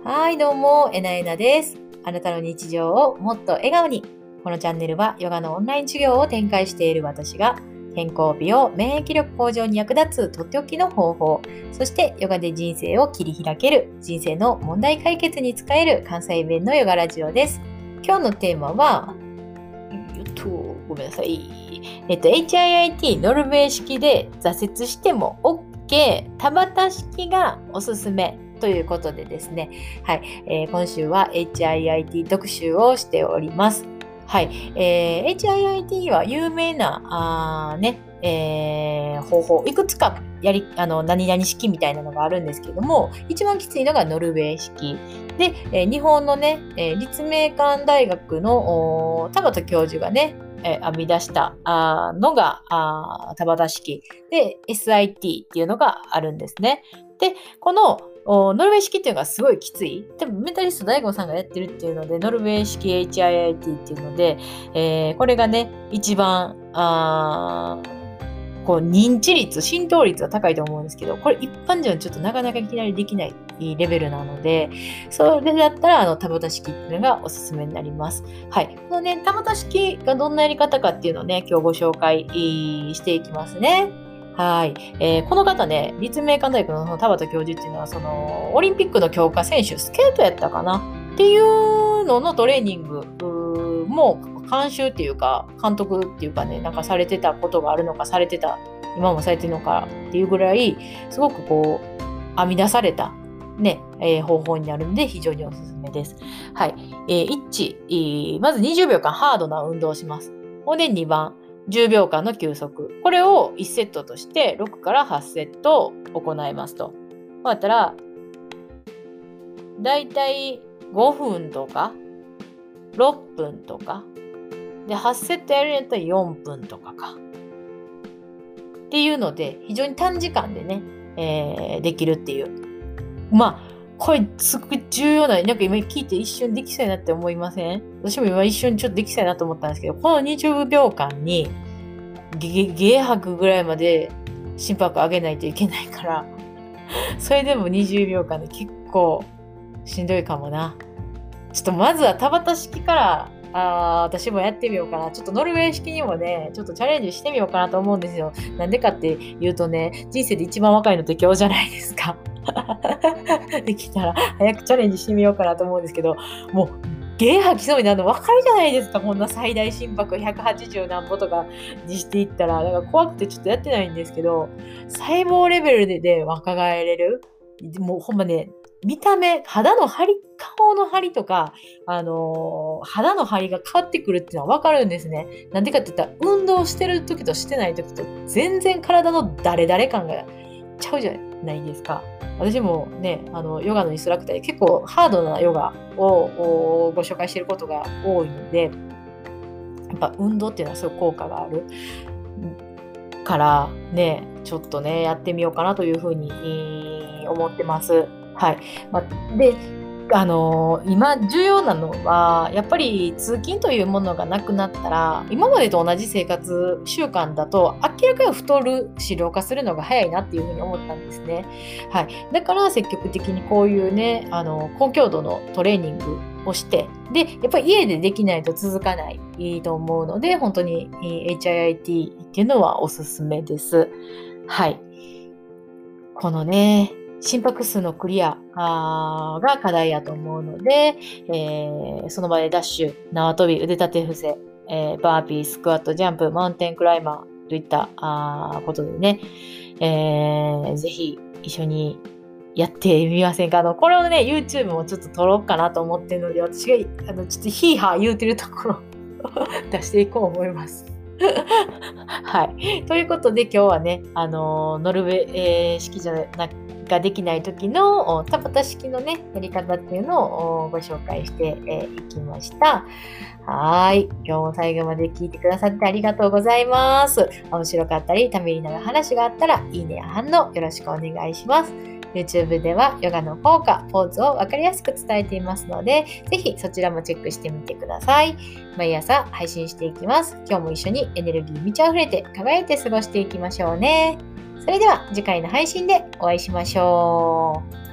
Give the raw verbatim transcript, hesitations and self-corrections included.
はい、どうも、えなえなです。あなたの日常をもっと笑顔に。このチャンネルはヨガのオンライン授業を展開している私が、健康美容、免疫力向上に役立つとっておきの方法、そしてヨガで人生を切り開ける、人生の問題解決に使える関西弁のヨガラジオです。今日のテーマは、えっと、ごめんなさい。えっと、エイチアイアイティー ノルウェー式で挫折しても OK、田畑式がおすすめ。ということでですね、はい、えー、今週は エイチアイアイティー 特集をしております。はい、えー、エイチアイアイティー は有名なあね、えー、方法いくつかやりあの何々式みたいなのがあるんですけども、一番きついのがノルウェー式で、えー、日本のね、えー、立命館大学の田畑教授がね、えー、編み出したあのがあ田畑式で エスアイティー っていうのがあるんですね。で、このノルウェー式っていうのがすごいきつい。多分メタリスト大悟さんがやってるっていうので、ノルウェー式 エイチアイアイティー っていうので、えー、これがね、一番、あこう認知率、浸透率が高いと思うんですけど、これ一般人はちょっとなかなかいきなりできないレベルなので、それだったら、あの、田畑式っていうのがおすすめになります。はい。このね、田畑式がどんなやり方かっていうのをね、今日ご紹介していきますね。はい、えー、この方ね、立命館大学の田畑教授っていうのは、そのオリンピックの強化選手、スケートやったかなっていうののトレーニングも監修っていうか、監督っていうかね、なんかされてたことがあるのか、されてた、今もされてるのかっていうぐらい、すごくこう、編み出された、ね、えー、方法になるので、非常におすすめです。はい。えー、一致、えー、まずにじゅうびょうかんハードな運動をします。ほんでにばん。じゅうびょうかんの休息。これをいちセットとしてろくからはちセット行いますと。そうだったら、だいたいごふんとか、ろっぷんとか、で、はちセットやるんやったらよんぷんとかか。っていうので、非常に短時間でね、えー、できるっていう。まあ、これすごく重要な、なんか今聞いて一瞬できそうやなって思いません？私も今一瞬ちょっとできそうやなと思ったんですけど、このにじゅうびょうかんにゲ吐くぐらいまで心拍上げないといけないから、それでもにじゅうびょうかんで結構しんどいかもな。ちょっとまずは田畑式からあ私もやってみようかな。ちょっとノルウェー式にもね、ちょっとチャレンジしてみようかなと思うんですよ。なんでかっていうとね、人生で一番若いのって今日じゃないですか。できたら早くチャレンジしてみようかなと思うんですけど、もうゲー吐きそうになるの分かるじゃないですか。こんな最大心拍ひゃくはちじゅう何歩とかにしていったら、だから怖くてちょっとやってないんですけど、細胞レベルで、で若返れる。もうほんまね、見た目、肌の張り、顔の張りとか、あのー、肌の張りが変わってくるっていうのは分かるんですね。なんでかって言ったら、運動してる時としてない時と全然体の誰々感がちゃうじゃないですか。私もね、あのヨガのインストラクターで結構ハードなヨガをご紹介していることが多いので、やっぱ運動っていうのはすごい効果があるからね、ちょっとねやってみようかなというふうに思ってます。はい。まあ、で、あのー、今重要なのはやっぱり通勤というものがなくなったら、今までと同じ生活習慣だと明らかに太る、脂肪化するのが早いなっていうふうに思ったんですね。はい。だから積極的にこういうね、あの高強度のトレーニングをして、でやっぱり家でできないと続かないと思うので、本当に エイチアイアイティー っていうのはおすすめです。はい。このね、心拍数のクリアが課題やと思うので、えー、その場でダッシュ、縄跳び、腕立て伏せ、えー、バーピー、スクワット、ジャンプ、マウンテンクライマーといったあことでね、えー、ぜひ一緒にやってみませんか。あの、これをね、YouTube もちょっと撮ろうかなと思ってるので、私があのちょっとヒーハー言うてるところ出していこう思います。はい。ということで今日はね、あのー、ノルウェー、えー、式じゃなができない時の田畑式のね、やり方っていうのをご紹介してい、えー、きました。はい。今日も最後まで聞いてくださってありがとうございます。面白かったり、ためになる話があったら、いいねや反応よろしくお願いします。YouTube ではヨガの効果、ポーズを分かりやすく伝えていますので、ぜひそちらもチェックしてみてください。毎朝配信していきます。今日も一緒にエネルギー満ち溢れて輝いて過ごしていきましょうね。それでは次回の配信でお会いしましょう。